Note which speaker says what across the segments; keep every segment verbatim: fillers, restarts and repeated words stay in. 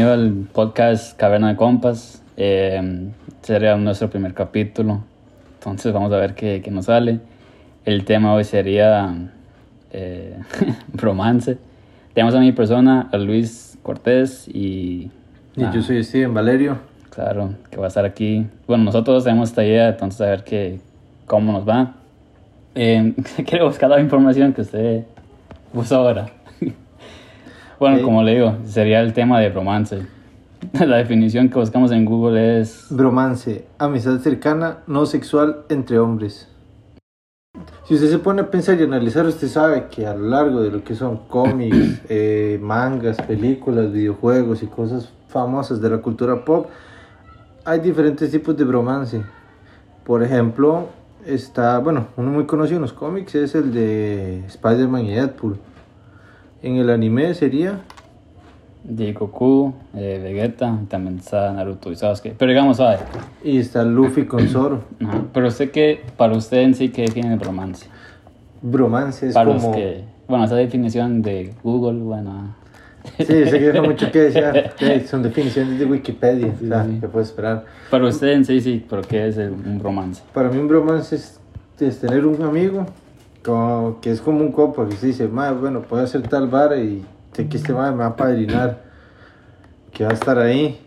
Speaker 1: bienvenido al podcast Caverna de Compas. Eh, sería nuestro primer capítulo, entonces vamos a ver qué, qué nos sale. El tema hoy sería eh, romance. Tenemos a mi persona, a Luis Cortés y...
Speaker 2: Y ah, yo soy Steven Valerio.
Speaker 1: Claro, que va a estar aquí. Bueno, nosotros tenemos esta idea, entonces a ver qué, cómo nos va. Eh, quiero buscar la información que usted puso ahora. Bueno, okay. Como le digo, sería el tema de romance. La definición que buscamos en Google es...
Speaker 2: Bromance, amistad cercana, no sexual entre hombres. Si usted se pone a pensar y analizar, usted sabe que a lo largo de lo que son cómics, eh, mangas, películas, videojuegos y cosas famosas de la cultura pop, hay diferentes tipos de bromance. Por ejemplo, está, bueno, uno muy conocido en los cómics es el de Spider-Man y Deadpool. En el anime sería...
Speaker 1: de Goku, eh, Vegeta, también está Naruto y Sasuke. Pero digamos, ¿sabe?
Speaker 2: Y está Luffy con Zoro.
Speaker 1: Ajá. Pero usted que, para usted en sí, ¿qué define el bromance?
Speaker 2: Bromance es
Speaker 1: para
Speaker 2: como...
Speaker 1: que, bueno, esa definición de Google, bueno...
Speaker 2: Sí, sé que deja mucho que decir. Son definiciones de Wikipedia, sí, o sea, sí. ¿Qué puede esperar?
Speaker 1: Para usted en sí, sí, ¿pero qué es el, un bromance?
Speaker 2: Para mí un bromance es, es tener un amigo como, que es como un compa, que se dice, bueno, puedo hacer tal vara y sé que este madre me va a padrinar, que va a estar ahí.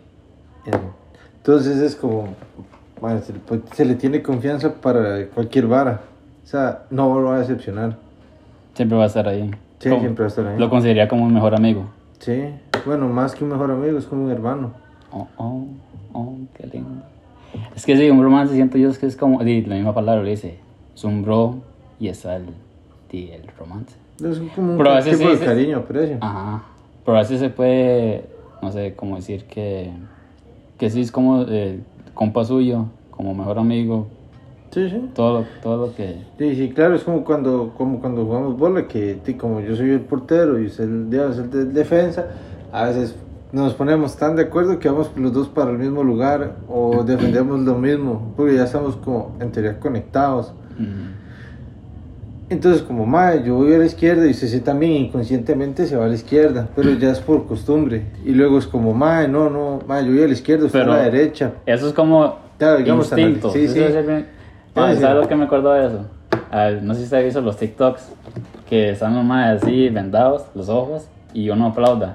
Speaker 2: Entonces es como, bueno, se, le, se le tiene confianza para cualquier vara. O sea, no lo va a decepcionar.
Speaker 1: Siempre va a estar ahí.
Speaker 2: Sí,
Speaker 1: ¿Cómo?
Speaker 2: Siempre va a estar ahí.
Speaker 1: Lo consideraría como un mejor amigo.
Speaker 2: Sí, bueno, más que un mejor amigo, es como un hermano.
Speaker 1: Oh, oh, oh, qué lindo. Es que sí, un romance siento yo es que es como, sí, la misma palabra le dice, es un bro y está el, sí, el romance.
Speaker 2: Es como un
Speaker 1: pero a veces
Speaker 2: tipo
Speaker 1: sí,
Speaker 2: de cariño, aprecio.
Speaker 1: Ajá, pero a veces se puede, no sé, cómo decir que, que sí es como eh, compa suyo, como mejor amigo.
Speaker 2: Sí, sí.
Speaker 1: Todo, todo lo que...
Speaker 2: Sí, sí, claro, es como cuando, como cuando jugamos bola, que tí, como yo soy el portero y usted el, es el de defensa, a veces nos ponemos tan de acuerdo que vamos los dos para el mismo lugar o defendemos lo mismo, porque ya estamos como en teoría conectados. Mm. Entonces, como, madre, yo voy a la izquierda y usted sí, también inconscientemente se va a la izquierda, pero ya es por costumbre. Y luego es como, madre, no, no, madre, yo voy a la izquierda, usted pero a la derecha.
Speaker 1: Eso es como
Speaker 2: claro, digamos,
Speaker 1: instinto.
Speaker 2: Sí, sí.
Speaker 1: Ah, ¿sabes lo que me acuerdo de eso? Ah, no sé si usted ha visto los TikToks que están nomás así vendados los ojos y uno aplauda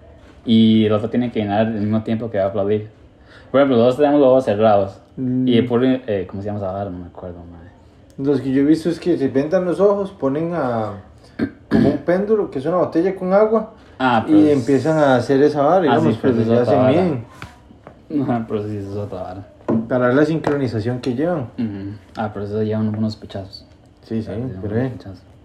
Speaker 1: y el otro tiene que llenar al mismo tiempo que va a aplaudir. Por ejemplo, los dos tenemos los ojos cerrados mm. y por eh, ¿cómo se llama esa vara? No me acuerdo, madre.
Speaker 2: Los que yo he visto es que se vendan los ojos, ponen a como un péndulo que es una botella con agua ah, y es... empiezan a hacer esa vara, digamos, ah, sí, pero se hacen bien.
Speaker 1: No, pero sí, eso es otra vara.
Speaker 2: Para la sincronización que llevan.
Speaker 1: Uh-huh. Ah, pero eso llevan unos pechazos.
Speaker 2: Sí, sí, pero eh.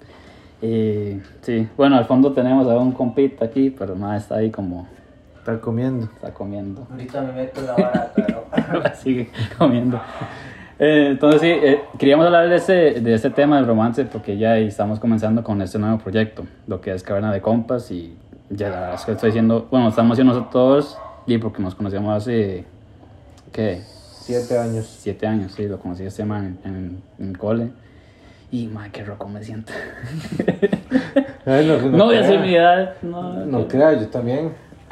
Speaker 1: Y sí, bueno, al fondo tenemos a un compita aquí, pero más está ahí como...
Speaker 2: Está comiendo.
Speaker 1: Está comiendo.
Speaker 3: Ahorita me meto la vara, pero...
Speaker 1: Sigue comiendo. Eh, entonces sí, eh, queríamos hablar de ese, de ese tema del romance porque ya estamos comenzando con este nuevo proyecto, lo que es Caverna de Compas y ya la verdad es que estoy diciendo, bueno, estamos haciendo nosotros y porque nos conocíamos hace... ¿Qué?
Speaker 2: Siete años.
Speaker 1: Siete años, sí, lo conocí este man en, en, en cole. Y, madre, qué roco me siento.
Speaker 2: Ay, no, no,
Speaker 1: no voy a decir mi edad. No,
Speaker 2: no que... crea, yo también.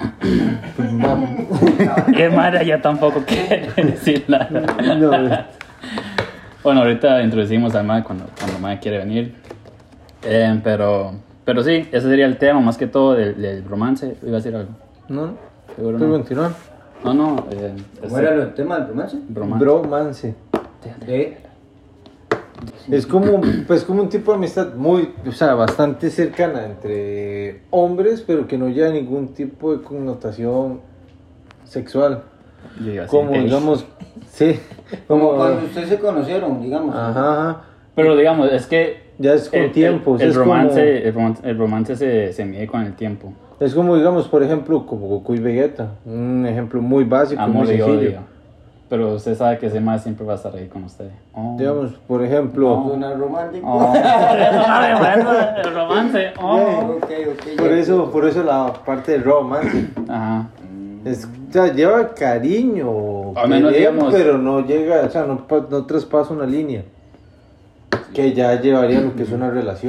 Speaker 1: Qué madre, ya tampoco quiere decir nada.
Speaker 2: No.
Speaker 1: Bueno, ahorita introducimos al man cuando, cuando man quiere venir. Eh, pero, pero sí, ese sería el tema, más que todo del, del romance. ¿Iba a decir algo?
Speaker 2: No,
Speaker 1: seguro
Speaker 2: no.
Speaker 1: no.
Speaker 2: continuar?
Speaker 1: No, no. Eh,
Speaker 3: ¿Cómo era el tema del romance?
Speaker 1: Bromance.
Speaker 2: Bromance.
Speaker 3: ¿Eh?
Speaker 2: Es como, pues, como un tipo de amistad muy, o sea, bastante cercana entre hombres, pero que no lleva ningún tipo de connotación sexual.
Speaker 1: Diga,
Speaker 2: como,
Speaker 1: sí,
Speaker 2: digamos, sí.
Speaker 3: Como, como cuando ustedes se conocieron, digamos.
Speaker 2: Ajá, ajá.
Speaker 1: Pero, digamos, es que...
Speaker 2: Ya es con
Speaker 1: el,
Speaker 2: tiempo.
Speaker 1: El, el,
Speaker 2: es
Speaker 1: romance,
Speaker 2: como,
Speaker 1: el romance, el romance se, se mide con el tiempo.
Speaker 2: Es como, digamos, por ejemplo, como Goku y Vegeta. Un ejemplo muy básico,
Speaker 1: amor
Speaker 2: muy
Speaker 1: y
Speaker 2: sencillo.
Speaker 1: odio. Pero usted sabe que ese más siempre va a estar ahí con usted. Oh.
Speaker 2: Digamos, por ejemplo...
Speaker 3: Oh. Una romántica.
Speaker 1: Oh. El romance. Oh.
Speaker 3: Okay, okay,
Speaker 2: por, eso, por eso la parte de romance.
Speaker 1: Ajá.
Speaker 2: Es, o sea, lleva cariño,
Speaker 1: al menos,
Speaker 2: querer,
Speaker 1: digamos,
Speaker 2: pero no llega, o sea, no, no traspasa una línea que ya llevaría lo que es una relación.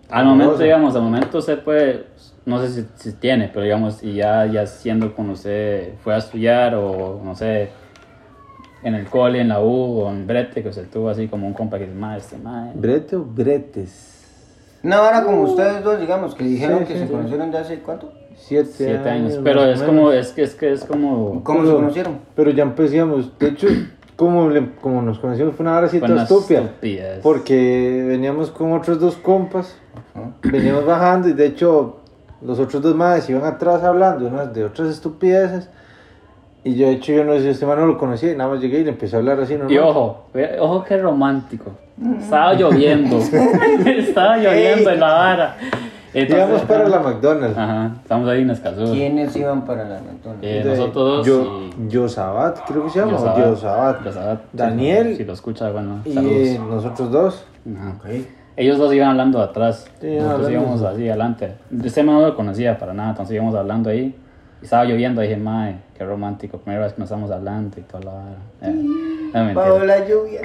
Speaker 1: Al momento,
Speaker 2: amorosa.
Speaker 1: digamos, al momento usted puede, no sé si, si tiene, pero digamos, y ya, ya siendo cuando usted fue a estudiar o, no sé, en el cole, en la U o en Brete, que usted tuvo así como un compa que dice, madre, este madre.
Speaker 2: ¿Brete o bretes?
Speaker 3: Una vara como ustedes dos, digamos, que dijeron
Speaker 2: Sí,
Speaker 3: que
Speaker 2: sí,
Speaker 3: se
Speaker 2: sí.
Speaker 3: conocieron de hace ¿cuánto?
Speaker 2: Siete,
Speaker 1: Siete años,
Speaker 2: más
Speaker 1: pero
Speaker 2: o
Speaker 1: es
Speaker 2: menos.
Speaker 1: como, es que es que es como...
Speaker 3: ¿Cómo se
Speaker 2: Pero-
Speaker 3: conocieron?
Speaker 2: Pero ya empezamos, de hecho, como, le- como nos conocimos fue una hora así
Speaker 1: Fue
Speaker 2: toda
Speaker 1: una
Speaker 2: estúpida.
Speaker 1: estupidez.
Speaker 2: Porque veníamos con otros dos compas,
Speaker 3: ¿No?
Speaker 2: veníamos bajando y de hecho los otros dos madres iban atrás hablando unas de otras estupideces. Y yo de hecho yo no sé si este man no lo conocía y nada más llegué y le empecé a hablar así normal.
Speaker 1: Y ojo, ve- ojo que romántico. Estaba lloviendo. Estaba lloviendo en la vara. Entonces,
Speaker 2: Íbamos para la McDonald's.
Speaker 1: Ajá, estamos ahí en Escazú.
Speaker 3: ¿Quiénes iban para la McDonald's?
Speaker 1: Eh,
Speaker 2: De-
Speaker 1: nosotros dos
Speaker 2: yo,
Speaker 1: y-
Speaker 2: Yosabat, creo que se llama.
Speaker 1: Yosabat.
Speaker 2: o Yosabat.
Speaker 1: Yosabat,
Speaker 2: Daniel
Speaker 1: Si, si lo escucha, bueno,
Speaker 2: y
Speaker 1: saludos.
Speaker 2: eh, nosotros dos.
Speaker 1: Ajá.
Speaker 3: Ok.
Speaker 1: Ellos dos iban hablando de atrás.
Speaker 2: Sí, iban
Speaker 1: Nosotros
Speaker 2: hablando.
Speaker 1: íbamos así adelante. Este man no lo conocía para nada, entonces íbamos hablando ahí. Y estaba lloviendo, y dije, mae, qué romántico. Primera vez que nos estamos hablando y toda la vara. Eh, no, mentira.
Speaker 3: Bajo la lluvia.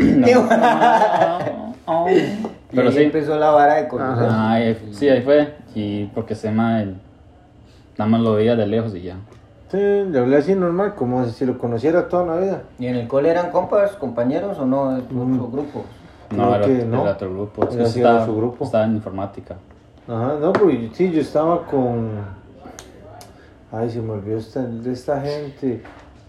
Speaker 1: No. Oh.
Speaker 3: Pero
Speaker 1: Pero
Speaker 3: sí
Speaker 1: sí.
Speaker 3: empezó la vara de conocer.
Speaker 1: Ah, ahí- sí, ahí fue. Y porque se mae, nada más lo veía de lejos y ya.
Speaker 2: Sí, le hablé así normal, como si lo conociera toda la vida.
Speaker 3: ¿Y en el cole eran compas, compañeros o no? ¿Es otro grupo?
Speaker 1: No,
Speaker 2: Creo
Speaker 1: era,
Speaker 2: que
Speaker 1: era
Speaker 2: no.
Speaker 1: otro grupo. Es que
Speaker 2: Era así,
Speaker 1: estaba,
Speaker 2: era su grupo.
Speaker 1: estaba en informática.
Speaker 2: Ajá, no, pues sí, yo estaba con. Ay, se me olvidó esta, de esta gente.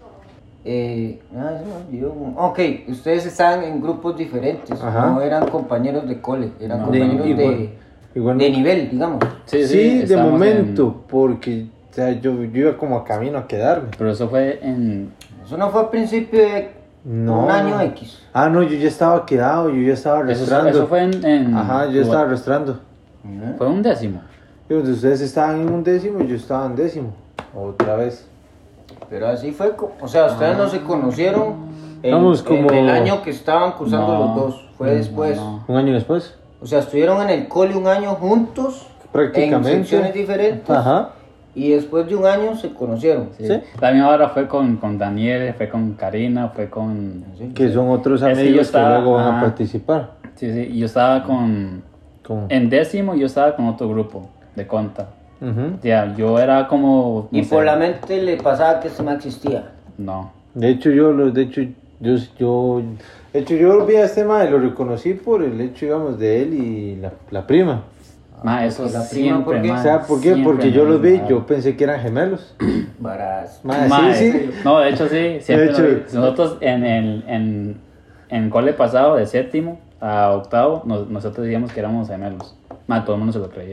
Speaker 3: Eh, ah, se me olvidó. Ok, ustedes estaban en grupos diferentes.
Speaker 2: Ajá.
Speaker 3: No eran compañeros de cole, eran
Speaker 1: No.
Speaker 3: compañeros
Speaker 2: De-
Speaker 3: de,
Speaker 2: igual- igual-
Speaker 3: de nivel, digamos.
Speaker 1: Sí,
Speaker 2: Sí,
Speaker 1: sí,
Speaker 2: de
Speaker 1: estábamos
Speaker 2: momento, porque o sea, yo, yo iba como a camino a quedarme.
Speaker 1: en- pero eso fue en...
Speaker 3: Eso no fue a principio de
Speaker 2: No.
Speaker 3: un año X.
Speaker 2: Ah, no, yo ya estaba quedado, yo ya estaba
Speaker 1: Eso,
Speaker 2: arrastrando.
Speaker 1: eso fue en... en-
Speaker 2: Ajá, yo estaba arrastrando.
Speaker 3: ¿No?
Speaker 1: Fue un décimo.
Speaker 2: Y donde ustedes estaban en un décimo, yo estaba en décimo. Otra vez.
Speaker 3: Pero así fue, co- o sea, ustedes no se conocieron en,
Speaker 2: Vamos, como-
Speaker 3: en el año que estaban cursando
Speaker 1: No.
Speaker 3: los dos, fue después.
Speaker 1: No.
Speaker 2: Un año después.
Speaker 3: O sea, estuvieron en el cole un año juntos,
Speaker 2: Prácticamente.
Speaker 3: en secciones diferentes,
Speaker 2: Ajá.
Speaker 3: y después de un año se conocieron.
Speaker 1: Sí.
Speaker 2: ¿Sí?
Speaker 1: La misma hora fue con, con Daniel, fue con Karina, fue con...
Speaker 2: Que son otros
Speaker 1: Es que yo
Speaker 2: amigos que,
Speaker 1: estaba-
Speaker 2: luego van a
Speaker 1: ajá.
Speaker 2: participar.
Speaker 1: Sí, sí, y yo estaba con...
Speaker 2: Con...
Speaker 1: En décimo yo estaba con otro grupo de conta.
Speaker 2: Ujú.
Speaker 1: Ya, yo era como... no
Speaker 3: Y
Speaker 1: sé,
Speaker 3: por la mente le pasaba que este no existía.
Speaker 1: No.
Speaker 2: De hecho, yo, lo, de hecho, yo, yo, de hecho, yo vi a este ma y lo reconocí por el hecho, digamos, de él y la, la prima.
Speaker 1: Ma, eso
Speaker 3: porque la prima,
Speaker 1: siempre,
Speaker 3: ¿por qué?
Speaker 1: ma,
Speaker 2: O sea, ¿por qué?
Speaker 1: siempre
Speaker 2: Porque yo
Speaker 1: me
Speaker 2: los vi,
Speaker 1: ha-
Speaker 2: yo pensé que eran gemelos.
Speaker 3: Varas.
Speaker 2: Ma,
Speaker 1: Ma,
Speaker 2: sí,
Speaker 1: eh,
Speaker 2: sí.
Speaker 1: No, de hecho sí. Siempre
Speaker 2: De hecho.
Speaker 1: nos- nosotros en el en, en cole pasado, de séptimo a octavo, nos- nosotros decíamos que éramos gemelos. Ma, todo el mundo se lo creía.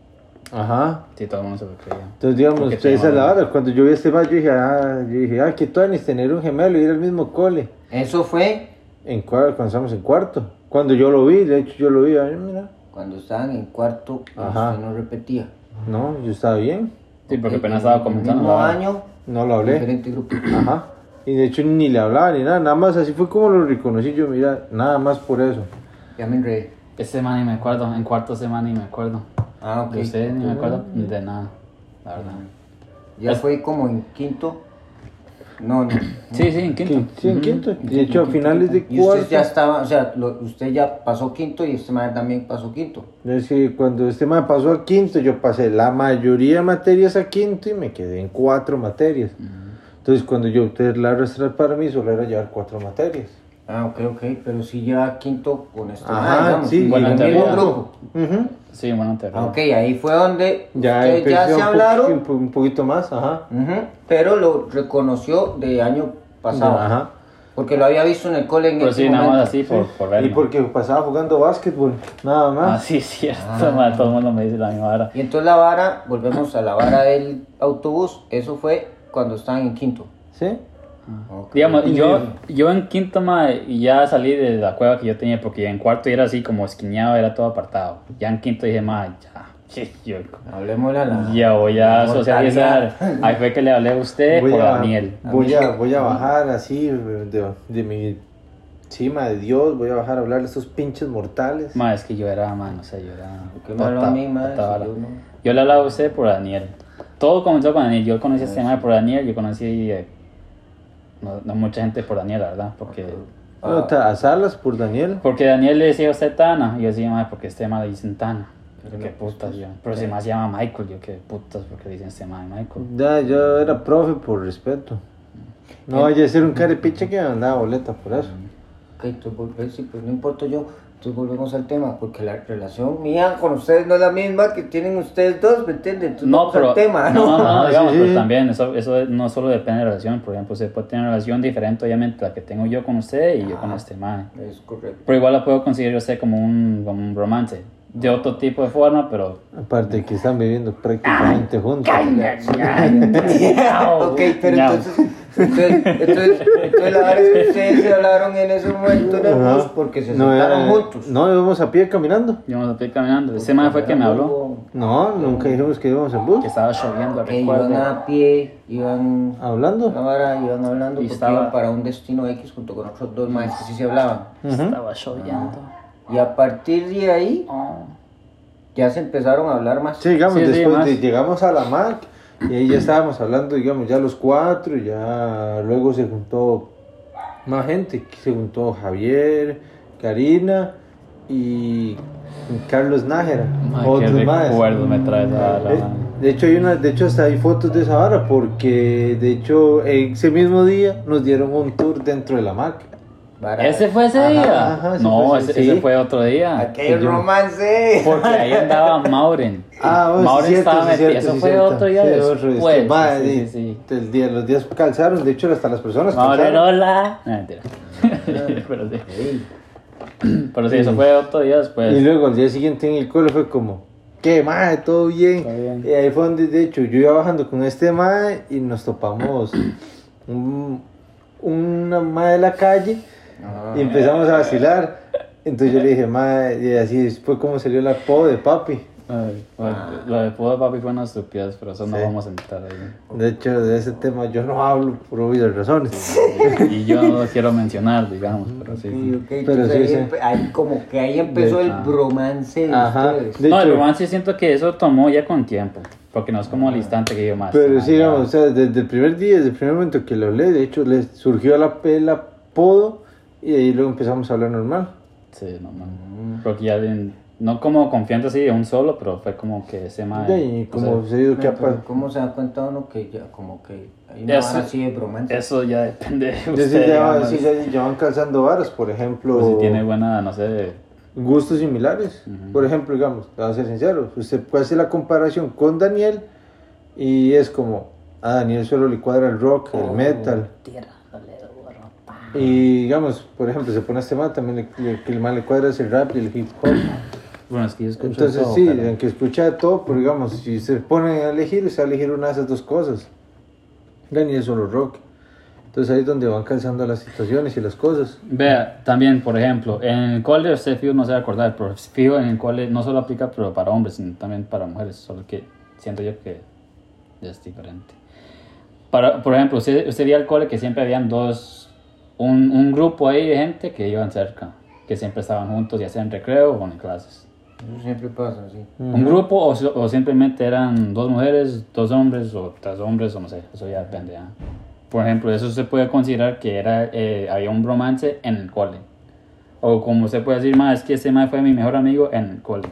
Speaker 2: Ajá.
Speaker 1: Sí, todo el mundo se lo creía.
Speaker 2: Entonces, digamos,
Speaker 1: Porque
Speaker 2: esa es la
Speaker 1: teníamos-
Speaker 2: hora. Cuando yo vi a este ma, yo dije, ah, yo dije, ah, que tuanis tener un gemelo y ir al mismo cole.
Speaker 3: Eso fue
Speaker 2: En cuarto, cuando estamos en cuarto. Cuando yo lo vi, de hecho, yo lo vi, ay, mira.
Speaker 3: cuando estaban en cuarto,
Speaker 2: Ajá.
Speaker 3: usted no repetía.
Speaker 2: No, yo estaba bien.
Speaker 1: Sí, porque
Speaker 3: Ok,
Speaker 1: apenas estaba
Speaker 3: en
Speaker 1: comenzando.
Speaker 3: el mismo
Speaker 1: la-
Speaker 3: año,
Speaker 2: No lo hablé.
Speaker 3: diferente grupo.
Speaker 2: Ajá. Y de hecho ni le hablaba ni nada, nada más así fue como lo reconocí yo, mira, nada más por eso.
Speaker 3: Ya me enredé.
Speaker 1: Ese man ni me acuerdo, en cuarto semana ni me acuerdo.
Speaker 3: Ah, ok.
Speaker 1: De ustedes ni me acuerdo de nada, la verdad.
Speaker 3: Ya fue como en quinto. No, no.
Speaker 1: Sí, sí, en quinto.
Speaker 2: Sí, sí, en
Speaker 1: Ujú.
Speaker 2: quinto. De hecho, a finales de
Speaker 3: Y usted
Speaker 2: cuarto.
Speaker 3: ya estaba, o sea, lo- usted ya pasó quinto y este man también pasó quinto.
Speaker 2: Es que cuando este me pasó a quinto, yo pasé la mayoría de materias a quinto y me quedé en cuatro materias. Entonces, cuando yo obtuve la arrastrar para mí, solo era llevar cuatro materias.
Speaker 3: Ah, ok, ok, pero sí ya quinto con este
Speaker 2: Ajá,
Speaker 3: man, digamos,
Speaker 2: sí,
Speaker 3: en
Speaker 1: bueno,
Speaker 3: el
Speaker 1: en
Speaker 3: mismo
Speaker 1: teoría.
Speaker 3: grupo.
Speaker 2: Ujú.
Speaker 1: Sí, bueno, te
Speaker 3: Ah, ok, ahí fue donde
Speaker 2: Ya
Speaker 3: ustedes
Speaker 2: empecé
Speaker 3: ya
Speaker 2: un
Speaker 3: se
Speaker 2: poquito-
Speaker 3: hablaron,
Speaker 2: un, po- un poquito más, ajá.
Speaker 3: ujú, pero lo reconoció de año pasado.
Speaker 2: Ajá.
Speaker 3: Porque lo había visto en el cole en
Speaker 1: Pero
Speaker 3: ese
Speaker 1: sí, nada
Speaker 3: momento.
Speaker 1: más así por, por verlo.
Speaker 2: Y porque pasaba jugando básquetbol, nada
Speaker 1: Ah,
Speaker 2: más.
Speaker 1: sí, es cierto, ma, todo el mundo me dice la misma hora.
Speaker 3: Y entonces la vara, volvemos a la vara del autobús, eso fue cuando estaban en quinto.
Speaker 2: ¿Sí?
Speaker 3: Ok.
Speaker 1: Digamos,
Speaker 2: Y-
Speaker 1: yo, yo en quinto, ma, y ya salí de la cueva que yo tenía, porque ya en cuarto era así como esquineado, era todo apartado. Ya en quinto dije, ma, ya, sí, yo,
Speaker 3: Hablemosle a la...
Speaker 1: ya voy a
Speaker 3: la
Speaker 1: socializar.
Speaker 3: mortalidad.
Speaker 1: Ahí fue que le hablé a usted
Speaker 2: Voy
Speaker 1: por
Speaker 2: a,
Speaker 1: Daniel.
Speaker 2: voy, a, voy a bajar así de, de mi cima de Dios, voy a bajar a hablar de estos pinches mortales.
Speaker 1: Ma, es que yo era, ma, no sé, yo era...
Speaker 3: Qué malo a mí, ma,
Speaker 1: tota
Speaker 3: si
Speaker 1: vara.
Speaker 3: yo no-
Speaker 1: Yo le hablaba a usted por Daniel. Todo comenzó con Daniel. Yo conocí a este ma por Daniel, yo conocí eh, no, no mucha gente por Daniel, la verdad, porque...
Speaker 2: No, ta- a Salas por Daniel.
Speaker 1: Porque Daniel le decía a usted Tana, y yo decía, madre, porque este ma le dicen Tana. Qué putas, yo. Pero si más se llama Michael, yo qué putas, porque dicen se llama Michael.
Speaker 2: Ya, yo era profe por respeto. No vaya a ser un carepiche que me mandaba boleta por eso.
Speaker 3: Ok, entonces volvemos, sí, pues no importa yo. Entonces volvemos al tema, porque la relación mía con ustedes no es la misma que tienen ustedes dos, ¿me entiendes? Entonces
Speaker 1: No,
Speaker 3: vamos
Speaker 1: pero,
Speaker 3: al tema,
Speaker 1: no, no, no, digamos,
Speaker 2: Sí,
Speaker 1: pero
Speaker 2: sí.
Speaker 1: también, eso, eso no solo depende de la relación, por ejemplo, se puede tener una relación diferente, obviamente, la que tengo yo con usted y yo con este man.
Speaker 3: Es correcto.
Speaker 1: Pero igual la puedo considerar yo sé como un, como un romance, de otro tipo de forma, pero...
Speaker 2: Aparte de que están viviendo prácticamente juntos.
Speaker 3: Ok, pero
Speaker 1: No.
Speaker 3: entonces, entonces, entonces, entonces la verdad es que ustedes se hablaron en ese momento en el bus porque se
Speaker 2: No,
Speaker 3: sentaron
Speaker 2: era-
Speaker 3: juntos.
Speaker 2: no, íbamos a pie caminando.
Speaker 1: Íbamos a pie caminando, ese man fue el que me habló,
Speaker 2: No, nunca dijimos que íbamos en bus.
Speaker 1: que estaba lloviendo,
Speaker 3: Que iban
Speaker 1: recuerdo.
Speaker 3: a pie, iban
Speaker 2: Hablando.
Speaker 3: la vara, iban hablando
Speaker 1: Y
Speaker 3: porque
Speaker 1: estaba-
Speaker 3: iban para un destino X junto con otros dos más que sí se hablaban.
Speaker 2: Ujú.
Speaker 1: Estaba lloviendo.
Speaker 3: Y a partir de ahí
Speaker 1: Oh.
Speaker 3: ya se empezaron a hablar más.
Speaker 2: Sí, digamos,
Speaker 1: Sí, sí,
Speaker 2: después
Speaker 1: más.
Speaker 2: de, llegamos a la M A C y ahí ya estábamos hablando, digamos, ya los cuatro, y ya luego se juntó más gente, se juntó Javier, Karina y Carlos Nájera,
Speaker 1: Ay, qué
Speaker 2: otros más.
Speaker 1: recuerdo me trae esa la
Speaker 2: Eh, De hecho, hay una, de hecho hasta hay fotos de esa hora porque de hecho ese mismo día nos dieron un tour dentro de la M A C.
Speaker 3: Vara.
Speaker 1: ¿Ese fue ese
Speaker 2: Ajá,
Speaker 1: día?
Speaker 2: ajá, ese
Speaker 1: no,
Speaker 2: fue
Speaker 1: ese,
Speaker 2: ese-
Speaker 1: ese
Speaker 2: sí.
Speaker 1: fue otro día.
Speaker 3: Aquel
Speaker 2: Yo-
Speaker 3: romance.
Speaker 1: Porque ahí andaba Mauren.
Speaker 2: Ah, bueno,
Speaker 1: Mauren
Speaker 2: sí, cierto,
Speaker 1: estaba
Speaker 2: sí,
Speaker 1: metido.
Speaker 2: cierto,
Speaker 1: Eso
Speaker 2: sí,
Speaker 1: fue
Speaker 2: cierto.
Speaker 1: otro día
Speaker 2: Sí,
Speaker 1: después.
Speaker 2: otro, es que, va,
Speaker 1: sí,
Speaker 2: sí,
Speaker 1: sí, sí.
Speaker 2: el día- los días calzaron, de hecho hasta las personas
Speaker 1: Mauren,
Speaker 2: calzaron.
Speaker 1: hola. No, mentira. Pero sí.
Speaker 3: Ey,
Speaker 1: Pero sí, eso fue otro día después.
Speaker 2: Y luego al día siguiente en el cole fue como, ¿qué mae? ¿Todo bien?
Speaker 1: Todo bien.
Speaker 2: Y ahí fue donde, de hecho, yo iba bajando con este mae y nos topamos un, una mae de la calle y empezamos a vacilar. Entonces yo le dije, mae, y así fue como salió el apodo de papi.
Speaker 1: Ay, bueno, lo de Pudo Papi fue una estupidez, pero eso no
Speaker 2: Sí.
Speaker 1: vamos a entrar ahí.
Speaker 2: De hecho, de ese tema yo no hablo por obvias razones.
Speaker 1: Y yo no lo quiero mencionar, digamos, pero sí. sí.
Speaker 3: ok, ok,
Speaker 2: Pero
Speaker 3: entonces
Speaker 2: sí,
Speaker 3: ahí,
Speaker 2: sí.
Speaker 3: empe- ahí como que ahí empezó
Speaker 2: De-
Speaker 3: el
Speaker 1: ah.
Speaker 3: bromance de
Speaker 2: Ajá.
Speaker 3: ustedes.
Speaker 2: De
Speaker 1: No, el
Speaker 2: hecho-
Speaker 1: romance siento que eso tomó ya con tiempo, porque no es como al instante que yo más.
Speaker 2: Pero
Speaker 1: ah,
Speaker 2: sí,
Speaker 1: ya.
Speaker 2: digamos, o sea, desde el primer día, desde el primer momento que lo hablé, de hecho, le surgió la, el apodo y ahí luego empezamos a hablar normal.
Speaker 1: Sí, no, man. Porque ya, de- no como confiante así de un solo, pero fue como que ese man.
Speaker 2: De ahí, como se dijo que
Speaker 3: Pero,
Speaker 2: apa-
Speaker 3: ¿cómo se da cuenta uno que ya como que hay una
Speaker 1: Eso-
Speaker 3: vara así de bromance?
Speaker 1: Eso ya depende de
Speaker 2: Ya,
Speaker 1: usted,
Speaker 2: sí, ya,
Speaker 1: digamos.
Speaker 2: sí, ya- ya van calzando varas, por ejemplo,
Speaker 1: Pues si tiene buena, no sé.
Speaker 2: gustos similares.
Speaker 1: Ujú.
Speaker 2: Por ejemplo, digamos, te voy a ser sincero, usted puede hacer la comparación con Daniel y es como, a Daniel solo le cuadra el rock,
Speaker 1: Oh.
Speaker 2: el metal. Y digamos, por ejemplo, se pone a este man, también le, le- que el man le cuadra es el rap y el hip hop.
Speaker 1: Bueno, es que yo escucho
Speaker 2: Entonces
Speaker 1: todo,
Speaker 2: sí,
Speaker 1: pero-
Speaker 2: aunque escucha de todo, pero digamos, si se pone a elegir, se va a elegir una de esas dos cosas. Daniel solo rock. Entonces ahí es donde van calzando las situaciones y las cosas.
Speaker 1: Vea, también, por ejemplo, en el cole, usted fijo no se va a acordar, pero fijo en el cole no solo aplica pero para hombres, sino también para mujeres, solo que siento yo que es diferente. Para, por ejemplo, usted, usted veía al cole que siempre habían dos, un, un grupo ahí de gente que iban cerca, que siempre estaban juntos, ya sea en recreo o en clases.
Speaker 3: Eso siempre pasa, sí.
Speaker 1: Un grupo o, so- o simplemente eran dos mujeres, dos hombres o tres hombres o no sé, eso ya depende. ¿ah? Por ejemplo, eso se puede considerar que era, eh, había un romance en el cole. O como se puede decir, más es que este más fue mi mejor amigo en el cole.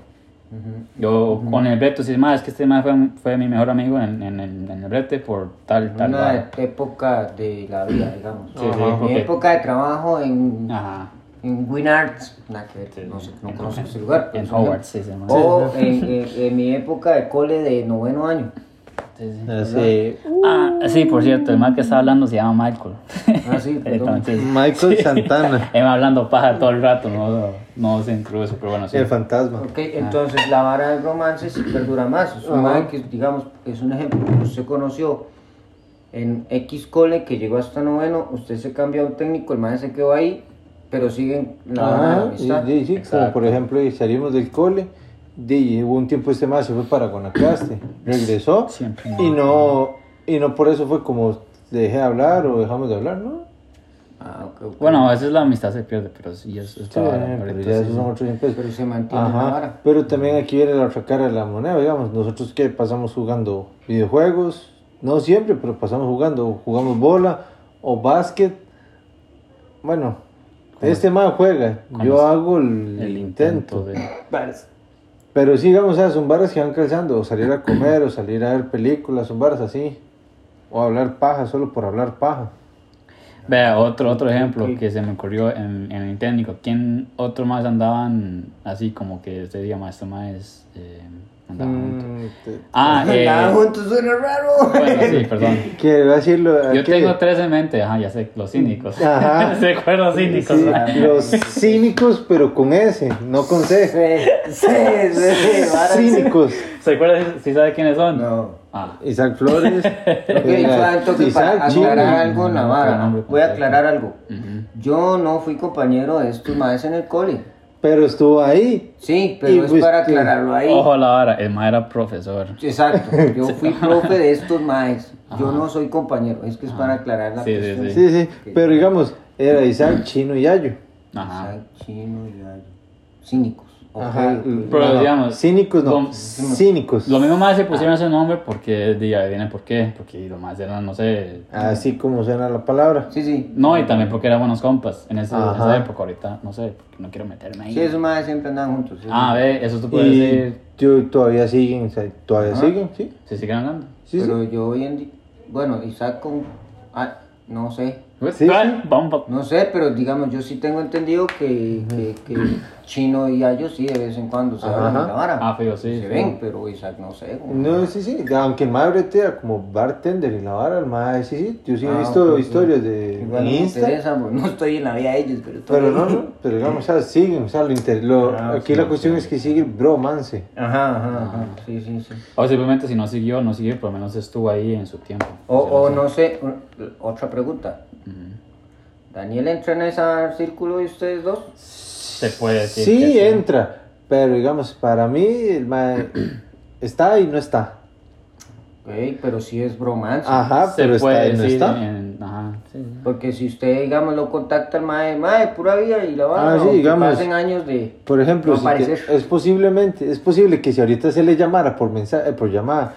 Speaker 1: Yo con el brete, sí, más es que este más fue, fue mi mejor amigo en, en, el- en el brete por tal, tal.
Speaker 3: Una
Speaker 1: vara.
Speaker 3: época de la vida, digamos.
Speaker 1: Sí, sí,
Speaker 3: Mi
Speaker 1: porque-
Speaker 3: época de trabajo en,
Speaker 1: Ajá.
Speaker 3: en Winarts, nada que ver,
Speaker 1: Sí,
Speaker 3: no, sé, no
Speaker 1: en-
Speaker 3: conozco ese lugar. pero
Speaker 1: En
Speaker 3: es un-
Speaker 1: Howard, sí, sí, man.
Speaker 3: O en, en- en mi época de cole de noveno año.
Speaker 1: Sí, sí.
Speaker 2: Así,
Speaker 1: Ah, sí, por cierto, el man que está hablando se llama Michael.
Speaker 3: Ah, sí, perdón.
Speaker 1: Entonces,
Speaker 2: Michael Santana,
Speaker 1: él va hablando paja todo el rato, no, no se incluye eso, pero bueno, sí.
Speaker 2: el fantasma.
Speaker 3: Ok, entonces la vara del romance sí perdura más. Es un
Speaker 2: Ajá.
Speaker 3: man que, digamos, es un ejemplo. Usted conoció en X cole que llegó hasta noveno, usted se cambió a un técnico, el man se quedó ahí, pero siguen la vara de la
Speaker 2: Ajá,
Speaker 3: amistad.
Speaker 2: y, y sí, como
Speaker 1: Exacto.
Speaker 2: por ejemplo, y salimos del cole, y hubo un tiempo este más se fue para Guanacaste, regresó
Speaker 1: Siempre.
Speaker 2: y no, y no por eso fue como dejé de hablar o dejamos de hablar, ¿no?
Speaker 3: Ah, ok, ok.
Speaker 1: Bueno, a veces la amistad se pierde, pero sí, es, es
Speaker 2: Sí,
Speaker 1: la vara,
Speaker 2: pero
Speaker 1: ahorita
Speaker 2: ya
Speaker 1: sí,
Speaker 2: esos
Speaker 1: sí.
Speaker 2: son otros impuestos.
Speaker 3: Pero se mantiene la
Speaker 2: Ajá,
Speaker 3: vara.
Speaker 2: pero también aquí viene la otra cara de la moneda, digamos, nosotros que pasamos jugando videojuegos, no siempre, pero pasamos jugando, jugamos bola o básquet, bueno, este man juega,
Speaker 1: ¿Cómo
Speaker 2: yo
Speaker 1: es?
Speaker 2: hago el,
Speaker 1: El
Speaker 2: intento,
Speaker 1: intento de...
Speaker 2: pero Pero sí, digamos, o sea, son varas que van calzando, o salir a comer, o salir a ver películas, son varas así. O hablar paja, solo por hablar paja.
Speaker 1: Vea, otro, otro ejemplo
Speaker 3: Ok.
Speaker 1: que se me ocurrió en, en el técnico. ¿Quién otro más andaban así como que usted diga, más, esto más eh, andaban juntos?
Speaker 2: Mm, te-
Speaker 1: Ah, eh,
Speaker 3: Andaban juntos, suena raro.
Speaker 1: bueno, sí, perdón.
Speaker 2: Quiero decirlo.
Speaker 1: Yo
Speaker 2: aquí-
Speaker 1: tengo tres en mente, ajá, ya sé, los cínicos.
Speaker 2: Ajá.
Speaker 1: ¿Se acuerdan los cínicos?
Speaker 2: Sí, los cínicos, pero con S, no con C.
Speaker 3: Sí, sí, sí, varas.
Speaker 2: Cínicos.
Speaker 1: ¿Se acuerdan si sabe quiénes son?
Speaker 3: No.
Speaker 1: Ah,
Speaker 2: Isaac Flores.
Speaker 3: Lo que hizo alto que para
Speaker 2: Isaac Chino.
Speaker 3: aclarar algo,
Speaker 1: no,
Speaker 3: Navarra,
Speaker 1: nombre
Speaker 3: voy a
Speaker 1: completo.
Speaker 3: aclarar algo.
Speaker 1: ujú.
Speaker 3: Yo no fui compañero de estos maes en el cole.
Speaker 2: Pero estuvo ahí.
Speaker 3: Sí, pero
Speaker 2: Y
Speaker 3: es
Speaker 2: pues,
Speaker 3: para
Speaker 2: tú-
Speaker 3: aclararlo ahí.
Speaker 1: Ojo a la vara, el ma era profesor.
Speaker 3: Exacto, yo fui profe de estos maes. Yo no soy compañero, es que es para aclarar la
Speaker 1: Sí, sí,
Speaker 3: cuestión.
Speaker 2: Sí, sí. Pero digamos, era Isaac, Chino y Yayo.
Speaker 1: Ajá.
Speaker 3: Isaac, Chino y Gallo. Cínicos. Ok,
Speaker 2: Ajá.
Speaker 3: ok.
Speaker 1: Pero
Speaker 2: No,
Speaker 1: digamos,
Speaker 2: Cínicos no.
Speaker 1: lo-
Speaker 2: Cínicos.
Speaker 1: Lo mismo más se pusieron ese nombre porque, de ahí viene por qué, porque lo más eran, no sé,
Speaker 2: Así como suena la palabra.
Speaker 3: Sí, sí.
Speaker 1: no, y también porque eran buenos compas en, ese, en
Speaker 2: Ajá.
Speaker 1: esa época, ahorita, no sé, porque no quiero meterme ahí.
Speaker 3: Sí, esos maes siempre andan juntos. sí.
Speaker 1: Ah, ve, eso tú puedes
Speaker 2: Y
Speaker 1: decir,
Speaker 2: yo, todavía siguen, o sea, todavía
Speaker 3: Ajá.
Speaker 2: siguen, sí.
Speaker 1: se siguen hablando.
Speaker 2: Sí,
Speaker 3: Pero
Speaker 2: sí.
Speaker 3: yo hoy en día, bueno, Isaac con, ah, no sé,
Speaker 2: Sí,
Speaker 1: Ah,
Speaker 2: sí.
Speaker 1: vamos pa-
Speaker 3: no sé, pero digamos, yo sí tengo entendido que, que, que Chino y Ayo sí de vez en cuando se
Speaker 2: Ajá.
Speaker 3: hablan de la vara.
Speaker 1: Ah, fijo, sí,
Speaker 3: Se
Speaker 1: sí.
Speaker 3: ven, pero Isaac no sé. como-
Speaker 2: No, sí, sí. Aunque el madre bretea como bartender y la vara, el madre, sí, sí. Yo sí he
Speaker 3: Ah,
Speaker 2: visto
Speaker 3: ok,
Speaker 2: historias
Speaker 3: sí.
Speaker 2: de
Speaker 3: Igual
Speaker 2: en
Speaker 3: no me
Speaker 2: Insta.
Speaker 3: interesa, pues, no estoy en la vida de ellos, pero... estoy
Speaker 2: Pero
Speaker 3: ahí.
Speaker 2: no, no, pero digamos, o sea, siguen, o sea, lo inter- lo-
Speaker 3: Ah,
Speaker 2: aquí
Speaker 3: sí,
Speaker 2: la cuestión
Speaker 3: sí.
Speaker 2: es que sigue el bromance.
Speaker 3: Ajá, ajá, ajá, sí, sí, sí.
Speaker 1: O simplemente si no siguió, no siguió, por lo menos estuvo ahí en su tiempo.
Speaker 3: O,
Speaker 1: Sí,
Speaker 3: o
Speaker 1: sí.
Speaker 3: no sé, otra pregunta.
Speaker 1: Ujú.
Speaker 3: ¿Daniel entra en ese círculo de ustedes dos?
Speaker 1: Se puede decir
Speaker 2: Sí,
Speaker 1: que sí.
Speaker 2: entra, pero digamos, para mí, el mae está y no está.
Speaker 3: Ok, pero sí es bromance.
Speaker 2: Ajá,
Speaker 1: Se
Speaker 2: pero está
Speaker 1: puede
Speaker 2: y no
Speaker 1: decir
Speaker 2: está.
Speaker 1: en- ajá, sí, sí.
Speaker 3: Porque si usted, digamos, lo contacta al mae, mae, pura vida y la va
Speaker 2: Ah, sí, digamos.
Speaker 3: pasen años de...
Speaker 2: Por ejemplo,
Speaker 3: no
Speaker 2: si te-
Speaker 3: aparecer.
Speaker 2: es posiblemente, es posible que si ahorita se le llamara por mensaje, por llamada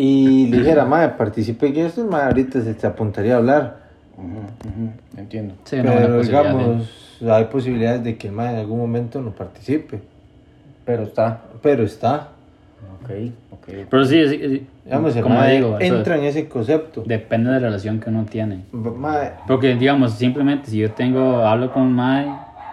Speaker 2: y le dijera, mae, participe en esto, mae, ahorita se te apuntaría a hablar.
Speaker 3: Ujú, ujú, entiendo.
Speaker 1: Sí, una buena
Speaker 2: Pero
Speaker 1: posibilidad de-
Speaker 2: digamos, hay posibilidades de que el mae en algún momento no participe.
Speaker 3: Pero está.
Speaker 2: Pero está.
Speaker 3: Ok, ok.
Speaker 1: Pero sí, sí, sí,
Speaker 2: Digamos, el
Speaker 1: como
Speaker 2: mae
Speaker 1: digo, eso
Speaker 2: entra en ese concepto.
Speaker 1: depende de la relación que uno tiene.
Speaker 2: Mae,
Speaker 1: Porque, digamos, simplemente si yo tengo, hablo con Mae,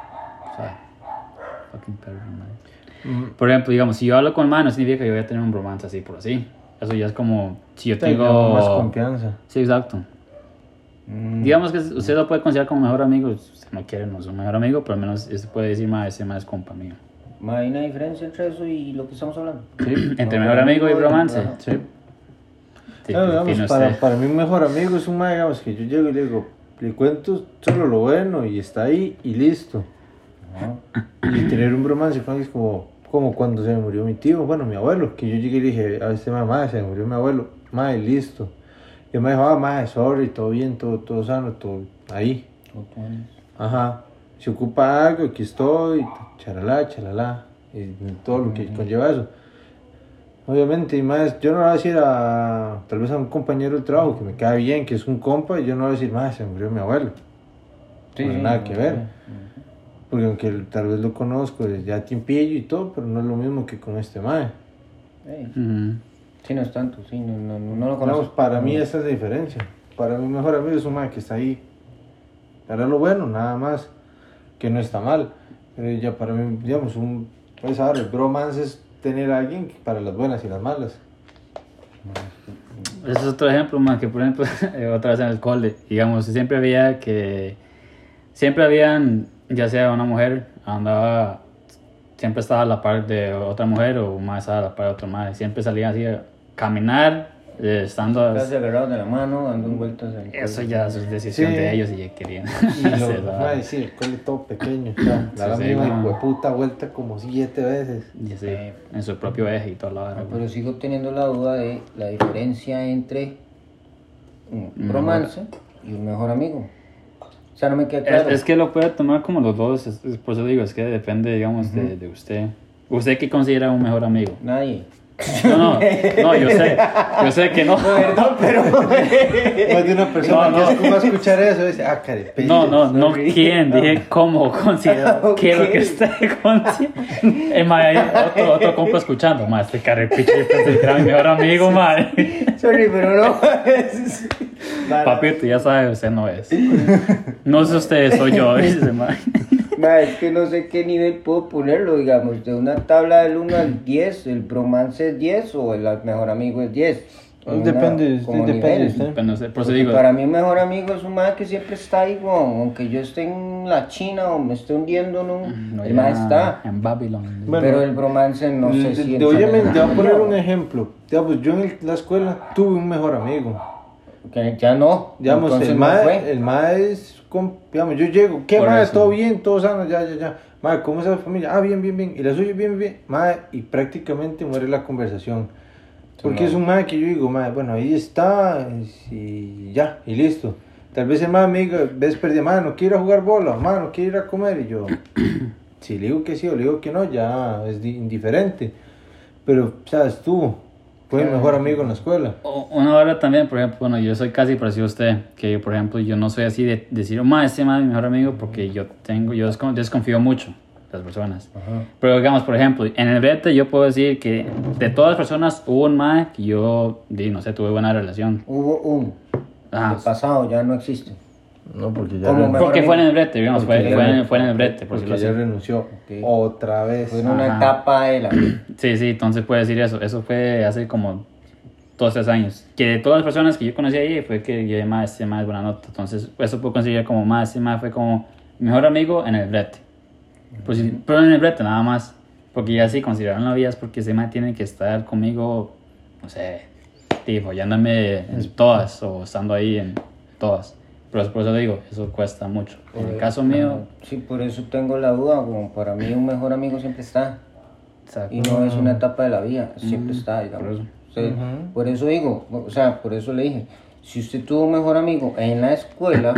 Speaker 1: o sea, fucking perro, Mae.
Speaker 2: mm,
Speaker 1: Por ejemplo, digamos, si yo hablo con Mae, no significa que yo voy a tener un romance así por así. Eso ya es como, si yo
Speaker 2: tengo
Speaker 1: tengo...
Speaker 2: más confianza.
Speaker 1: Sí, exacto.
Speaker 3: Mm,
Speaker 1: Digamos que usted lo puede considerar como mejor amigo, si usted no quiere, no es un mejor amigo, pero al menos usted puede decir, Mae, ese Mae es compa mío.
Speaker 3: mae, ¿hay una diferencia entre eso y lo que estamos hablando?
Speaker 1: Sí, entre
Speaker 3: No,
Speaker 1: mejor amigo y
Speaker 3: amigo y-
Speaker 1: romance.
Speaker 3: ajá.
Speaker 1: Sí. Sí,
Speaker 2: No, digamos,
Speaker 1: define
Speaker 2: para,
Speaker 1: usted.
Speaker 2: para mí un mejor amigo es un mae, digamos, que yo llego y le digo, le cuento solo lo bueno y está ahí y listo.
Speaker 3: Ajá.
Speaker 2: Y tener un bromance con él es como, como cuando se me murió mi tío, bueno, mi abuelo, que yo llegué y le dije, a este mae, mae, se me murió mi abuelo, mae, listo. Y él me dijo, ah, mae, sorry, todo bien, todo, todo sano, todo ahí. Ajá. Si ocupa algo, aquí estoy, charalá, charalá, y todo lo que conlleva eso. Obviamente, y más, yo no le voy a decir a, tal vez a un compañero de trabajo que me cae bien, que es un compa, y yo no le voy a decir, más, se murió mi abuelo.
Speaker 3: Sí,
Speaker 2: No,
Speaker 3: sí,
Speaker 2: nada
Speaker 3: no,
Speaker 2: que ver.
Speaker 3: sí.
Speaker 2: Porque aunque tal vez lo conozco desde ya tiempillo y todo, pero no es lo mismo que con este mae.
Speaker 3: Ey,
Speaker 1: Ujú.
Speaker 3: sí, no es tanto, sí, no, no, no, no lo
Speaker 2: Digamos,
Speaker 3: conozco.
Speaker 2: para mí esa es la diferencia. Para mi mejor amigo es un mae que está ahí para lo bueno, nada más, que no está mal. Pero ya para mí, digamos, un, pues ahora, el bromance es tener a alguien que- para las buenas y las malas.
Speaker 1: Ese es otro ejemplo, más que por ejemplo, otra vez en el cole, digamos, siempre había que, siempre habían, ya sea una mujer, andaba, siempre estaba a la par de otra mujer o más estaba a la par de otra madre, siempre salían así a caminar, eh, estando,
Speaker 3: Casi agarrados de la mano, dando vueltas. en-
Speaker 1: eso ya es decisión
Speaker 2: Sí.
Speaker 1: de ellos y ya querían
Speaker 2: Y
Speaker 1: hacer
Speaker 2: lo,
Speaker 1: la-
Speaker 2: mae, sí, el cole todo pequeño, o sea, la
Speaker 1: Sí,
Speaker 2: misma
Speaker 1: sí, no.
Speaker 2: hijueputa vuelta como siete veces.
Speaker 1: y así, en su propio eje y toda la vara,
Speaker 3: Ah,
Speaker 1: güey.
Speaker 3: pero sigo teniendo la duda de la diferencia entre un
Speaker 1: Un
Speaker 3: romance y un mejor amigo. O sea, no me queda
Speaker 1: Es,
Speaker 3: claro.
Speaker 1: es que lo puede tomar como los dos, es- es- por eso digo, es que depende, digamos, de, de usted. ¿Usted qué considera un mejor amigo?
Speaker 3: Nadie.
Speaker 1: No, no, no, yo sé, yo sé que no.
Speaker 3: Perdón, pero...
Speaker 2: Más de una persona
Speaker 1: No,
Speaker 2: que
Speaker 1: no.
Speaker 2: es como escuchar eso dice, ah, carepe.
Speaker 1: No, no, no,
Speaker 3: Sorry.
Speaker 1: quién, dije cómo considero, qué es lo que usted considera. Eh, ma, hay otro, otro compa escuchando, ma, este carrepiche, yo pensé que era mi mejor amigo, ma.
Speaker 3: Sorry, pero no.
Speaker 1: Papito, ya sabe, usted no es. No sé usted, soy yo, dice, ma.
Speaker 3: Ma, es que no sé qué nivel puedo ponerlo, digamos, de una tabla del uno al diez, el bromance es diez o el mejor amigo es diez. En una-
Speaker 2: Depende,
Speaker 3: como
Speaker 2: depende de
Speaker 3: niveles.
Speaker 2: usted.
Speaker 1: Pero no sé, por eso
Speaker 3: Porque
Speaker 1: digo,
Speaker 3: para mí un mejor amigo es un man que siempre está ahí, weón, aunque yo esté en la China o me esté hundiendo, no,
Speaker 1: no,
Speaker 3: el
Speaker 1: ya
Speaker 3: man está.
Speaker 1: en Babylon.
Speaker 2: Bueno,
Speaker 3: Pero el bromance no sé si...
Speaker 2: Te voy a,
Speaker 3: entra en
Speaker 2: te voy a
Speaker 3: esa
Speaker 2: poner un
Speaker 3: categoría.
Speaker 2: ejemplo. Digamos, yo en la escuela tuve un mejor amigo.
Speaker 3: Que ya no,
Speaker 2: Digamos,
Speaker 3: entonces
Speaker 2: el
Speaker 3: no
Speaker 2: mae,
Speaker 3: fue.
Speaker 2: el mae es, com- digamos, yo llego, ¿qué
Speaker 1: Por
Speaker 2: mae?
Speaker 1: eso.
Speaker 2: Todo bien, todo sano, ya, ya, ya. Mae, ¿cómo es la familia? Ah, bien, bien, bien. Y la suya, bien, bien. Mae, y prácticamente muere la conversación. Porque
Speaker 3: no.
Speaker 2: es un mae que yo digo, mae, bueno, ahí está, y ya, y listo. Tal vez el mae me diga, ves perdida, mae, no quiero ir a jugar bola, mae, no quiero ir a comer. Y yo, si le digo que sí o le digo que no, ya es di- indiferente. Pero, sabes, tú, fue mi mejor amigo en la escuela.
Speaker 1: O- Una hora también, por ejemplo, bueno, yo soy casi parecido a usted, que por ejemplo yo no soy así de decir, oh, ma, este ma es mi mejor amigo, porque yo tengo, yo descon- desconfío mucho de las personas.
Speaker 3: Ajá.
Speaker 1: Pero digamos, por ejemplo, en el brete yo puedo decir que de todas las personas hubo un ma que yo, di, no sé, tuve buena relación.
Speaker 3: Hubo un,
Speaker 1: Ah,
Speaker 3: el pasado ya no existe.
Speaker 2: No, porque ya,
Speaker 3: Como
Speaker 2: renunció.
Speaker 3: mejor
Speaker 1: porque fue en
Speaker 3: amigo.
Speaker 1: el brete, digamos, fue,
Speaker 2: Porque
Speaker 1: fue,
Speaker 2: ya
Speaker 1: en,
Speaker 2: ren-
Speaker 1: fue en el brete, por
Speaker 2: porque
Speaker 1: decirlo
Speaker 2: ya
Speaker 1: así.
Speaker 2: renunció
Speaker 3: Ok.
Speaker 2: otra vez.
Speaker 3: Fue en una
Speaker 1: Ajá.
Speaker 3: etapa de la vida.
Speaker 1: Sí, sí, entonces puede decir eso. Eso fue hace como dos, tres años. Que de todas las personas que yo conocí ahí fue que yo más, este más es buena nota. Entonces, eso puedo considerar como más, este más fue como mi mejor amigo en el brete. Pues, sí, pero en el brete nada más. Porque ya sí consideraron la vida es porque ese más tiene que estar conmigo, no sé, tipo, hallándome en todas o estando ahí en todas. Pero por eso digo, eso cuesta mucho. En el caso mío,
Speaker 3: Sí, por eso tengo la duda, como para mí un mejor amigo siempre está.
Speaker 1: exacto.
Speaker 3: Y no es una etapa de la vida, siempre está, digamos.
Speaker 1: por eso.
Speaker 3: O sea, por eso digo, o sea, por eso le dije, si usted tuvo un mejor amigo en la escuela,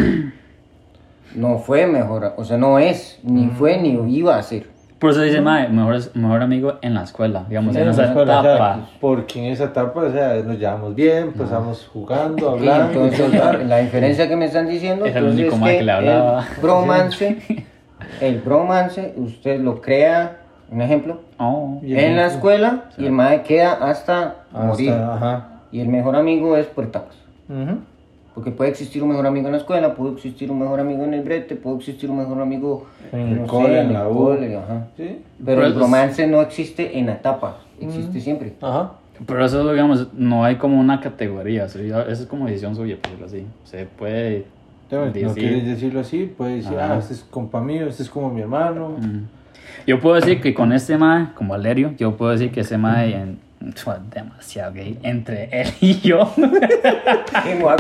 Speaker 3: no fue mejor, o sea, no es, ni fue, ni iba a ser.
Speaker 1: Por eso dice, mae, mejor, mejor amigo en la escuela, digamos,
Speaker 2: Sí,
Speaker 1: en
Speaker 2: en
Speaker 1: esa
Speaker 2: la escuela, o sea,
Speaker 1: etapa.
Speaker 2: porque en esa etapa, o sea, nos llevamos bien, pasamos jugando,
Speaker 3: Sí,
Speaker 2: hablando.
Speaker 3: entonces,
Speaker 2: y todo.
Speaker 3: la, la diferencia que me están diciendo
Speaker 1: Es el
Speaker 3: entonces,
Speaker 1: único
Speaker 3: es
Speaker 1: man
Speaker 3: que
Speaker 1: que le hablaba.
Speaker 3: el bromance, el bromance, usted lo crea, un ejemplo,
Speaker 1: Oh,
Speaker 2: Y el-
Speaker 3: en la escuela y el mae queda hasta,
Speaker 2: Hasta-
Speaker 3: morir.
Speaker 2: ajá.
Speaker 3: Y el mejor amigo es por etapas.
Speaker 2: Ujú.
Speaker 3: Porque puede existir un mejor amigo en la escuela, puede existir un mejor amigo en el brete, puede existir un mejor amigo
Speaker 2: En el
Speaker 3: no sé,
Speaker 2: cole, en
Speaker 3: el
Speaker 2: la U.
Speaker 3: cole, ajá.
Speaker 2: Sí.
Speaker 3: Pero
Speaker 1: Pero
Speaker 3: el
Speaker 1: es-
Speaker 3: romance no existe en etapas, existe siempre.
Speaker 2: Ajá.
Speaker 1: pero eso, digamos, no hay como una categoría, o sea, ya- eso es como decisión suya, por decirlo así. Se puede
Speaker 2: Entonces, no
Speaker 1: decir-
Speaker 2: quieres decirlo así, puedes decir,
Speaker 1: Ajá.
Speaker 2: ah, este es compa mío, este es como mi hermano.
Speaker 1: Mm. Yo puedo decir que con este mae, como Valerio, yo puedo decir que ese mae en, fue demasiado gay entre él y yo.
Speaker 3: ¿Qué, me voy a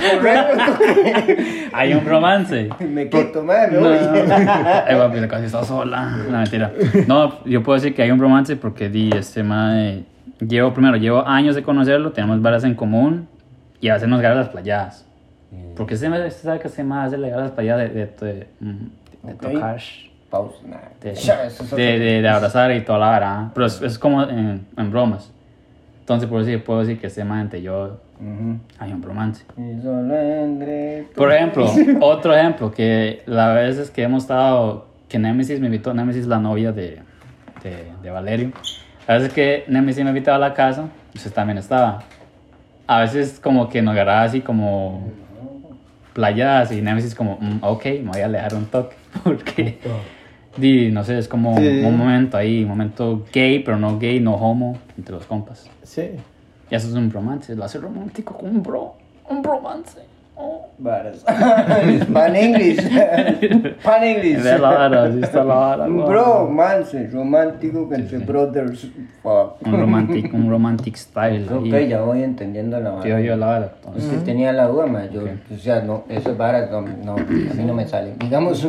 Speaker 3: correr?
Speaker 1: Hay un romance.
Speaker 3: Me quito, madre, me
Speaker 1: No,
Speaker 3: voy.
Speaker 1: Ay, papi, la casi está sola. No, mentira. No, yo puedo decir que hay un romance porque di, este mae, llevo, primero, llevo años de conocerlo, tenemos varias en común y a veces nos agarra las playadas. Porque ese mae, usted sabe que ese mae hace le agarra las playadas de, de, de, de
Speaker 3: Ok.
Speaker 1: tocar,
Speaker 3: Pausa, nada.
Speaker 1: de,
Speaker 3: Ya, eso es otro-
Speaker 1: de, de- de abrazar y toda la vara. Pero es, es como en, en bromas. Entonces, por decir, puedo decir que ese mae entre yo
Speaker 3: Ujú.
Speaker 1: hay un romance.
Speaker 3: Y solo entre tú.
Speaker 1: Por ejemplo, otro ejemplo, que las veces que hemos estado, que Nemesis me invitó, Nemesis la novia de, de, de Valerio, a veces que Nemesis me invitaba a la casa, usted también estaba. A veces como que nos agarraba así como playas y Nemesis como, mm, ok, me voy a alejar un toque, porque, di, no sé, es como
Speaker 2: Sí.
Speaker 1: un momento ahí, un momento gay, pero no gay, no homo, entre los compas.
Speaker 2: Sí.
Speaker 1: Y eso es un romance, lo hace romántico con un bro, un romance. Oh.
Speaker 3: Varas. Pan English. Pan English.
Speaker 1: Ve la vara, así está la vara.
Speaker 3: Un
Speaker 1: ¿no?
Speaker 3: bromance romántico que entre brothers. Fuck.
Speaker 1: Un romantic, un romantic style.
Speaker 3: Ok,
Speaker 1: ahí.
Speaker 3: ya voy entendiendo la
Speaker 1: Tío,
Speaker 3: vara.
Speaker 1: yo la vara.
Speaker 3: Es
Speaker 1: Entonces,
Speaker 3: que tenía la duda, ma. Yo, o sea, no, esas varas no, no, a mí no me salen. Digamos,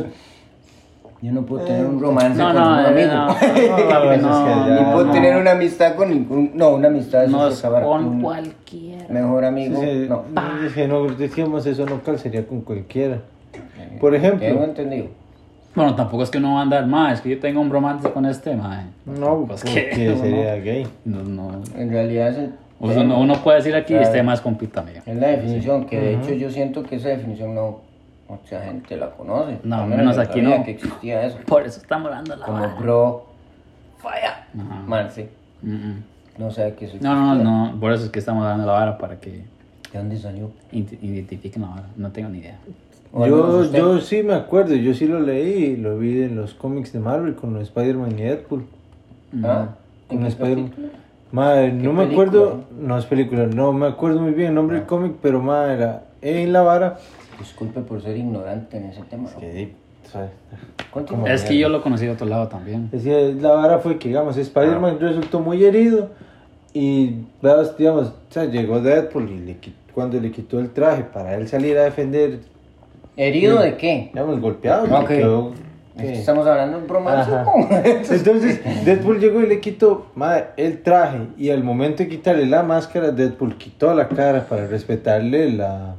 Speaker 3: yo no puedo tener un romance
Speaker 1: no,
Speaker 3: con
Speaker 1: no,
Speaker 3: un
Speaker 1: eh,
Speaker 3: amigo.
Speaker 1: no, no, papi, no,
Speaker 2: Ni
Speaker 3: Ni puedo
Speaker 1: no.
Speaker 3: tener una amistad con ningún. No, una amistad es
Speaker 1: No
Speaker 3: otra
Speaker 1: es
Speaker 3: vara.
Speaker 1: con
Speaker 3: Un
Speaker 1: cualquiera.
Speaker 3: mejor amigo.
Speaker 2: Sí,
Speaker 3: No.
Speaker 2: es que no decíamos eso, no calzaría con cualquiera. Por ejemplo.
Speaker 3: Tengo entendido.
Speaker 1: Bueno, tampoco es que uno va a andar más, es que yo tengo un romance con este, mae.
Speaker 2: No,
Speaker 1: Pues
Speaker 2: porque
Speaker 1: que-
Speaker 2: sería gay.
Speaker 1: No, no.
Speaker 3: En realidad es el
Speaker 1: O sea, uno, uno puede decir aquí,
Speaker 3: Claro.
Speaker 1: este más compita mío.
Speaker 3: Es la definición, que de
Speaker 2: Ujú.
Speaker 3: hecho yo siento que esa definición no mucha gente la conoce.
Speaker 1: No,
Speaker 3: Al
Speaker 1: menos
Speaker 3: yo
Speaker 1: aquí
Speaker 3: sabía
Speaker 1: no.
Speaker 3: que existía eso.
Speaker 1: Por eso estamos hablando la
Speaker 3: Como
Speaker 1: vara.
Speaker 3: bro, falla,
Speaker 1: Ajá.
Speaker 3: Marce.
Speaker 1: Mm, mm.
Speaker 3: No sabe que eso
Speaker 1: No, no,
Speaker 3: existía.
Speaker 1: no, no, por eso es que estamos dando la vara para que
Speaker 3: ¿De dónde salió?
Speaker 1: int- identifiquen la vara. No tengo ni idea.
Speaker 3: O al menos
Speaker 2: Yo,
Speaker 3: usted.
Speaker 2: yo sí me acuerdo, yo sí lo leí, lo vi en los cómics de Marvel con los Spider-Man y Deadpool.
Speaker 3: ¿Ah? ¿En
Speaker 2: Con
Speaker 3: qué
Speaker 2: Spider-Man.
Speaker 3: capítulo?
Speaker 2: Madre, no me
Speaker 3: película?
Speaker 2: acuerdo, no es película, no me acuerdo muy bien el nombre del cómic, pero madre, era en la vara.
Speaker 3: Disculpe por ser ignorante en ese tema. ¿no?
Speaker 2: Que, ¿sabes?
Speaker 3: Continúa.
Speaker 2: Como-
Speaker 1: Es que yo lo conocí de otro lado también.
Speaker 2: Decía, la vara fue que, digamos, Spider-Man resultó muy herido y, veas, digamos, o sea, llegó Deadpool y le quit- cuando le quitó el traje para él salir a defender,
Speaker 3: ¿Herido de qué?
Speaker 2: digamos, golpeado,
Speaker 3: Ok.
Speaker 2: le quedó-
Speaker 3: Es que
Speaker 2: ¿qué?
Speaker 3: estamos hablando de bromance.
Speaker 2: Ajá.
Speaker 3: ¿no?
Speaker 2: Entonces, Deadpool llegó y le quitó madre, el traje y al momento de quitarle la máscara, Deadpool quitó la cara para respetarle la,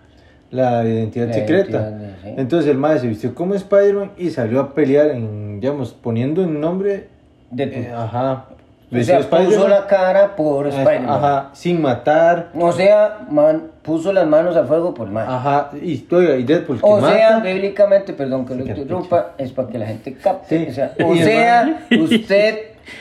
Speaker 2: la identidad
Speaker 3: La
Speaker 2: secreta.
Speaker 3: identidad de- sí.
Speaker 2: Entonces el madre se vistió como Spider-Man y salió a pelear en, digamos, poniendo en nombre,
Speaker 3: Deadpool.
Speaker 2: eh, ajá,
Speaker 3: O
Speaker 2: vestido
Speaker 3: sea,
Speaker 2: de
Speaker 3: puso la cara por
Speaker 2: eh,
Speaker 3: Spider-Man.
Speaker 2: ajá, sin matar,
Speaker 3: O sea, man, puso las manos a fuego por mal.
Speaker 2: ajá, y, oiga, y Deadpool que
Speaker 3: O sea,
Speaker 2: mata,
Speaker 3: bíblicamente, perdón que lo
Speaker 2: Sí, que
Speaker 3: interrumpa, es para que la gente capte.
Speaker 2: Sí.
Speaker 3: O sea,
Speaker 2: Y
Speaker 3: o
Speaker 2: el
Speaker 3: sea, usted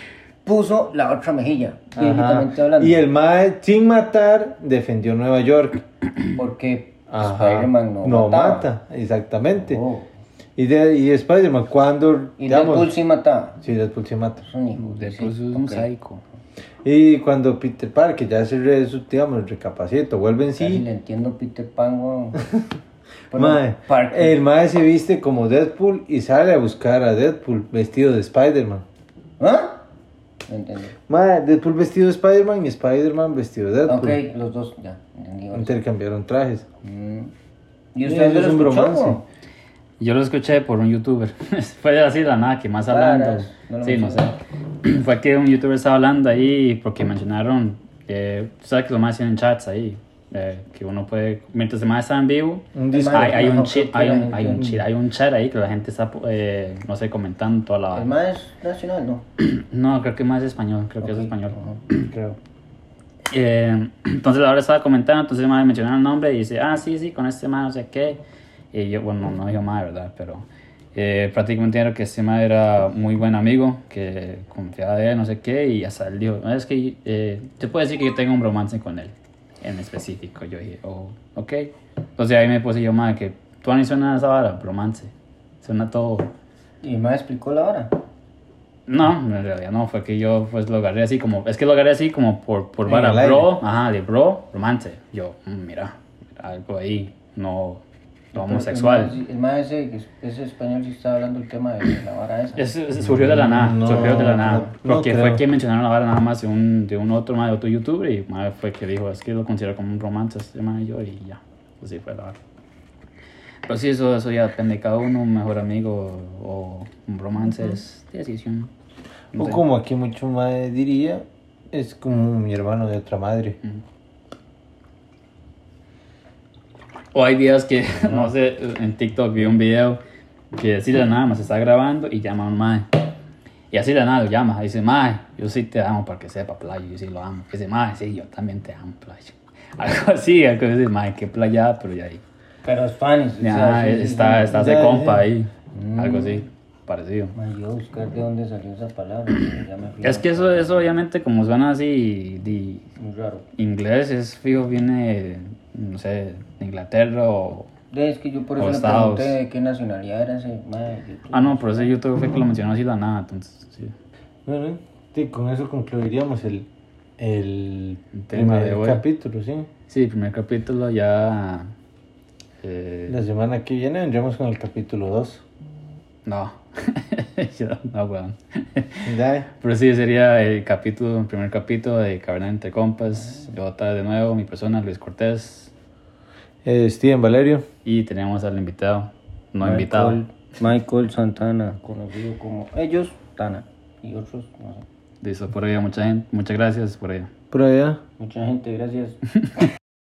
Speaker 3: puso la otra mejilla,
Speaker 2: ajá,
Speaker 3: bíblicamente hablando.
Speaker 2: y el madre sin matar defendió Nueva York.
Speaker 3: Porque
Speaker 2: Ajá.
Speaker 3: Spider-Man no,
Speaker 2: no
Speaker 3: mataba.
Speaker 2: mata, exactamente.
Speaker 3: Oh.
Speaker 2: Y, de, y Spider-Man, cuando.
Speaker 3: Y
Speaker 2: digamos,
Speaker 3: Deadpool sí mataba.
Speaker 2: Sí, Deadpool sí mata.
Speaker 3: Es un hijo de
Speaker 1: Después
Speaker 3: sí,
Speaker 1: es un
Speaker 3: ok.
Speaker 1: psycho.
Speaker 2: Y cuando Peter Parker ya se re, digamos, recapacita, vuelve en
Speaker 3: Casi
Speaker 2: sí.
Speaker 3: le entiendo Peter Pan, weón. Bueno,
Speaker 2: Mae,
Speaker 3: Parker.
Speaker 2: el mae se viste como Deadpool y sale a buscar a Deadpool vestido de Spider-Man.
Speaker 3: ¿Ah? No entendí.
Speaker 2: Mae, Deadpool vestido de Spider-Man y Spider-Man vestido de Deadpool.
Speaker 3: Ok, los dos, ya, entendí. ahora.
Speaker 2: Intercambiaron trajes.
Speaker 3: Mm. ¿Y
Speaker 2: Sí,
Speaker 3: usted
Speaker 2: eso
Speaker 3: lo
Speaker 2: es un
Speaker 3: escuchó?
Speaker 2: bromance.
Speaker 3: ¿no?
Speaker 1: Yo lo escuché por un youtuber. Fue así de la nada, que más hablando.
Speaker 3: Varas, no lo
Speaker 1: sí, no sé.
Speaker 3: mencioné.
Speaker 1: Fue que un youtuber estaba hablando ahí porque mencionaron que, tú sabes que los más tienen chats ahí. eh, que uno puede, mientras el más está en vivo,
Speaker 2: Un disco.
Speaker 1: hay, hay un
Speaker 3: Ajá,
Speaker 1: chat,
Speaker 3: que
Speaker 1: hay
Speaker 3: la
Speaker 1: un,
Speaker 3: gente-
Speaker 1: hay un chat, hay un chat ahí que la gente está, eh, no sé, comentando toda la.
Speaker 3: El más es nacional, ¿no?
Speaker 1: No, creo que más es español, creo que es
Speaker 3: Ok,
Speaker 1: español.
Speaker 3: ajá.
Speaker 1: Creo. Eh, entonces la hora estaba comentando, entonces el madre mencionaron el nombre y dice, ah, sí, sí, con este madre, no sé qué. Y yo, bueno, no dijo madre, ¿verdad? Pero eh, prácticamente era que este madre era muy buen amigo, que confiaba de él, no sé qué, y hasta él dijo, "No, es que eh, te puedo decir que yo tengo un romance con él, en específico. Yo dije, oh, ok. Entonces ahí me puse yo, madre, que tú no suena esa vara, romance. Suena todo...
Speaker 3: Y el más explicó la hora.
Speaker 1: No, en realidad no, fue que yo pues lo agarré así como, es que lo agarré así como por, por
Speaker 2: En
Speaker 1: vara,
Speaker 2: el aire.
Speaker 1: bro, ajá, de bro, romance. Yo, mm, mira, mira, algo ahí, no, no homosexual.
Speaker 3: El más ese, ese español sí estaba hablando el tema de la vara esa.
Speaker 1: Es, es- surgió de la nada,
Speaker 2: No,
Speaker 1: surgió de la nada.
Speaker 2: no, no
Speaker 1: porque
Speaker 2: creo.
Speaker 1: fue que mencionaron la vara nada más de un, de un otro, madre, otro youtuber, y madre fue que dijo, es que lo considero como un romance, este madre y yo, y ya, así fue la vara. Pero sí, eso, eso ya depende de cada uno, un mejor amigo o un romance es decisión. No
Speaker 2: O
Speaker 1: sé.
Speaker 2: como aquí mucho más diría, es como mi hermano de otra madre.
Speaker 1: O hay días que, no sé, en TikTok vi un video que así de la nada más está grabando y llama a un mae. Y así de la nada lo llama, dice, mae, yo sí te amo para que sepa, playa, yo sí lo amo. Dice, mae, sí, yo también te amo, playa. Algo así, algo así, mae, qué playa, pero ya ahí.
Speaker 3: Pero es Spanish. o
Speaker 1: Ya,
Speaker 3: sea, sí,
Speaker 1: está,
Speaker 3: sí,
Speaker 1: está
Speaker 2: ya,
Speaker 1: ese
Speaker 2: ya.
Speaker 1: compa ahí,
Speaker 3: Mm.
Speaker 1: algo así, parecido.
Speaker 3: Man, yo buscar de dónde salió esa palabra. porque ya me fui
Speaker 1: Es
Speaker 3: a-
Speaker 1: que eso, eso obviamente como suena así, de
Speaker 3: Muy raro.
Speaker 1: inglés, es fijo, viene, no sé, de Inglaterra o...
Speaker 3: De- Es que yo por
Speaker 1: O
Speaker 3: eso le
Speaker 1: Estados.
Speaker 3: pregunté de qué nacionalidad era ese. Madre, YouTube.
Speaker 1: Ah, no, pero ese YouTube fue que lo mencionó así de la nada, entonces, sí.
Speaker 2: Bueno, sí, con eso concluiríamos el, el
Speaker 1: El tema
Speaker 2: primer
Speaker 1: de hoy.
Speaker 2: capítulo, sí.
Speaker 1: Sí, el primer capítulo ya... eh,
Speaker 2: La semana que viene vendremos con el capítulo dos.
Speaker 1: no, Ya, no, weón.
Speaker 2: Ya,
Speaker 1: Pero sí, sería el capítulo, el primer capítulo de Caverna entre Compas. Yo otra vez de nuevo, mi persona, Luis Cortés.
Speaker 2: eh, Steven Valerio.
Speaker 1: Y tenemos al invitado, no
Speaker 3: Michael-
Speaker 1: invitado.
Speaker 3: Michael Santana, conocido como ellos, Tana, y otros, no sé.
Speaker 1: Listo, por ahí, mucha gente, muchas gracias por ahí.
Speaker 2: Por allá.
Speaker 3: Mucha gente, gracias.